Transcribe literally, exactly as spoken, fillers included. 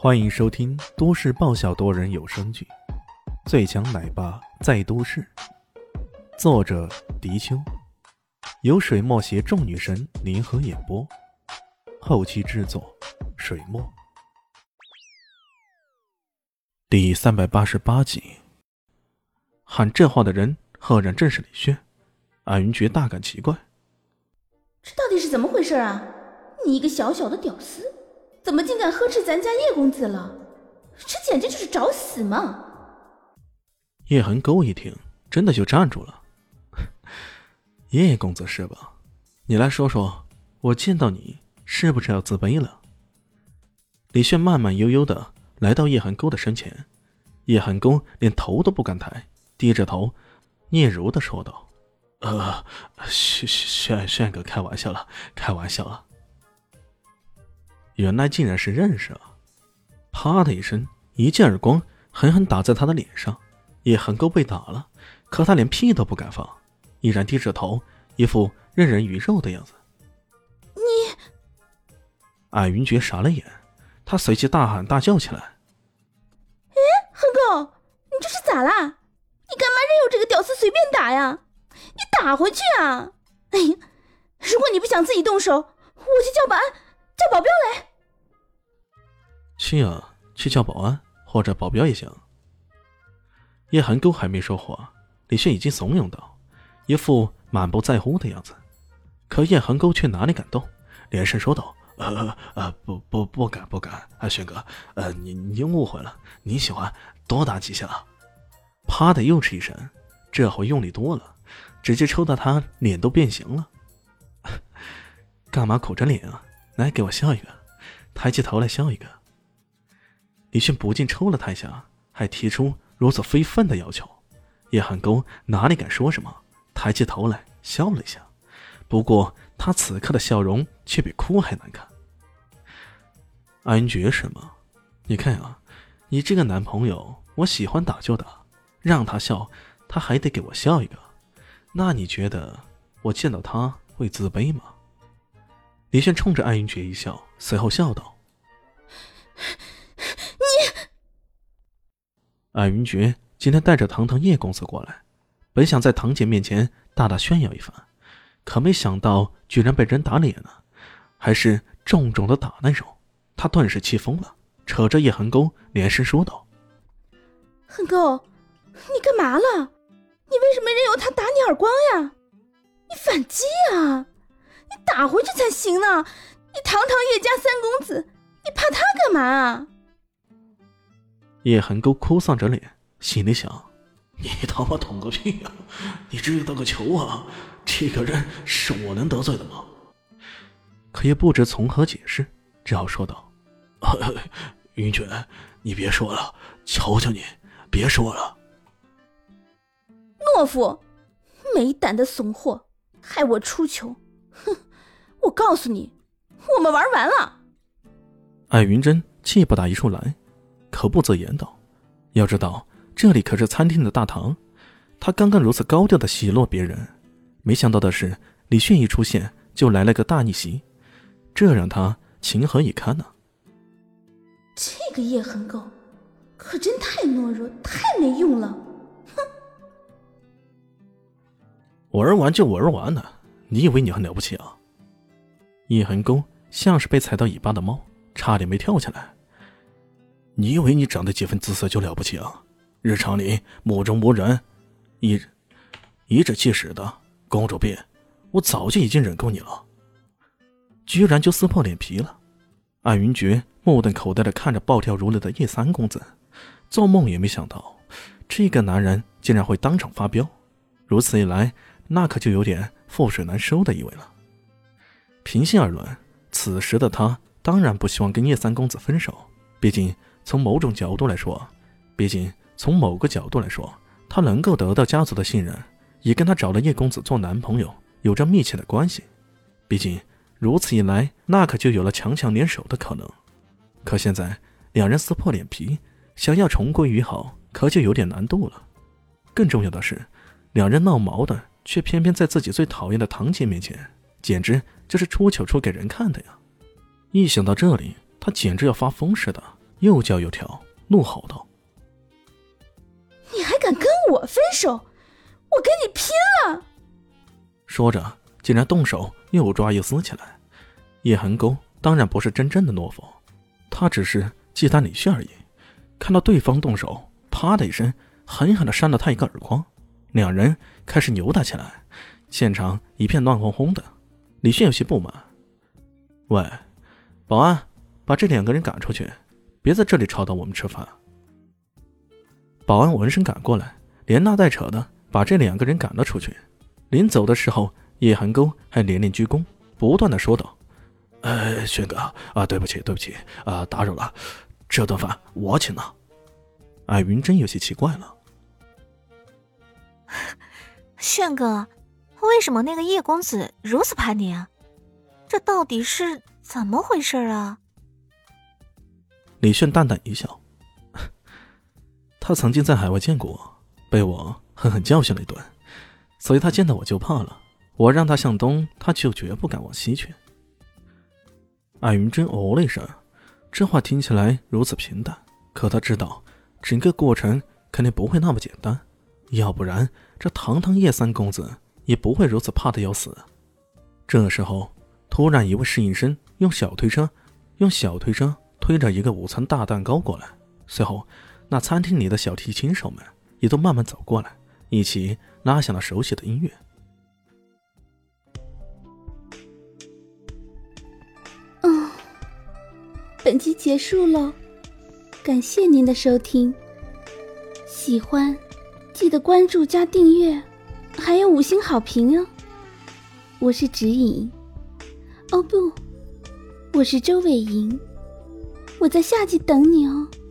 欢迎收听都市爆笑多人有声剧《最强奶爸在都市》，作者：迪秋，由水墨携众女神联合演播，后期制作：水墨。第三百八十八集，喊这话的人赫然正是李炫。安云珏大感奇怪， 这到底是怎么回事啊？你一个小小的屌丝，怎么竟敢呵斥咱家叶公子了？这简直就是找死嘛！ 叶寒沟一听，真的就站住了。叶公子是吧？你来说说，我见到你是不是要自卑了？李炫慢慢悠悠的来到叶寒沟的身前，叶寒沟连头都不敢抬，低着头嗫嚅的说道：呃，炫炫炫哥开玩笑了，开玩笑了。原来竟然是认识啊！啪的一声，一记耳光狠狠打在他的脸上。叶寒沟被打了，可他连屁都不敢放，依然低着头，一副任人鱼肉的样子。 你…… 矮云珏傻了眼，他随即大喊大叫起来： 哎，寒沟，你这是咋啦？你干嘛任由这个屌丝随便打呀？你打回去啊！哎呀，如果你不想自己动手，我去叫保安，叫保镖来。 去啊，去叫保安或者保镖也行。叶寒沟还没说话，李炫已经怂恿道，一副满不在乎的样子。可叶寒沟却哪里敢动，连声说道：呃呃不不不敢不敢啊，轩哥，呃你你误会了，你喜欢多打几下。啪的又是一声，这回用力多了，直接抽到他脸都变形了。干嘛苦着脸啊？来给我笑一个，抬起头来笑一个。李迅不仅抽了他一下，还提出如此非分的要求。叶寒沟哪里敢说什么，抬起头来笑了一下，不过他此刻的笑容却比哭还难看。安云珏什么？你看啊，你这个男朋友，我喜欢打就打，让他笑他还得给我笑一个，那你觉得我见到他会自卑吗？李炫冲着安云珏一笑，随后笑道： 你…… 安云珏今天带着堂堂叶公子过来，本想在堂姐面前大大炫耀一番，可没想到居然被人打脸了，还是重重的打那种。他顿时气疯了，扯着叶寒沟连声说道： 寒沟，你干嘛了？你为什么任由他打你耳光呀？你反击啊！你打回去才行呢！你堂堂叶家三公子，你怕他干嘛啊？ 叶寒沟哭丧着脸，心里想：你他妈捅个屁啊！你知道个球啊！这个人是我能得罪的吗？可也不知从何解释，只好说道：云珏，你别说了，求求你别说了。 懦夫，没胆的怂货，害我出糗！哼，我告诉你，我们玩完了。 艾云珍气不打一处来，可不则言道：要知道这里可是餐厅的大堂，他刚刚如此高调的奚落别人，没想到的是李迅一出现就来了个大逆袭，这让他情何以堪呢、啊？ 这个叶寒沟可真太懦弱，太没用了。哼！ 玩完就玩完了，你以为你很了不起啊？叶寒沟像是被踩到尾巴的猫，差点没跳起来。你以为你长得几分姿色就了不起啊？日常里目中无人，颐颐指气使的公主病，我早就已经忍够你了，居然就撕破脸皮了。安云珏目瞪口呆地看着暴跳如雷的叶三公子，做梦也没想到这个男人竟然会当场发飙，如此一来那可就有点覆水难收的意味了。平心而论，此时的他当然不希望跟叶三公子分手，毕竟从某种角度来说毕竟从某个角度来说他能够得到家族的信任，也跟他找了叶公子做男朋友有着密切的关系，毕竟如此一来那可就有了强强联手的可能。可现在两人撕破脸皮，想要重归于好可就有点难度了。更重要的是，两人闹矛盾却偏偏在自己最讨厌的堂姐面前，简直就是出糗出给人看的呀。一想到这里，他简直要发疯似的， 又叫又跳，怒吼道： 你还敢跟我分手？我跟你拼了！ 说着竟然动手又抓又撕起来。叶寒沟当然不是真正的懦夫，他只是忌惮李炫而已。看到对方动手，啪的一声狠狠地扇了他一个耳光，两人开始扭打起来，现场一片乱哄哄的。李炫有些不满：喂，保安，把这两个人赶出去，别在这里吵到我们吃饭。保安闻声赶过来，连拉带扯的把这两个人赶了出去。临走的时候，叶寒沟还连连鞠躬，不断的说道：呃，轩哥啊，对不起对不起啊，打扰了，这顿饭我请了。艾云真有些奇怪了： 轩哥，为什么那个叶公子如此怕你啊？这到底是怎么回事啊？ 李炫淡淡一笑，他曾经在海外见过我，被我狠狠教训了一顿，所以他见到我就怕了。我让他向东，他就绝不敢往西去。艾云真哦了一声，这话听起来如此平淡，可他知道整个过程肯定不会那么简单，要不然这堂堂叶三公子也不会如此怕得要死。这时候突然一位侍应生用小推车用小推车推着一个午餐大蛋糕过来，随后那餐厅里的小提琴手们也都慢慢走过来，一起拉响了熟悉的音乐。 嗯，本集结束了，感谢您的收听。喜欢记得关注加订阅，还有五星好评哦。我是指引，哦不，我是周伟莹，我在下集等你哦。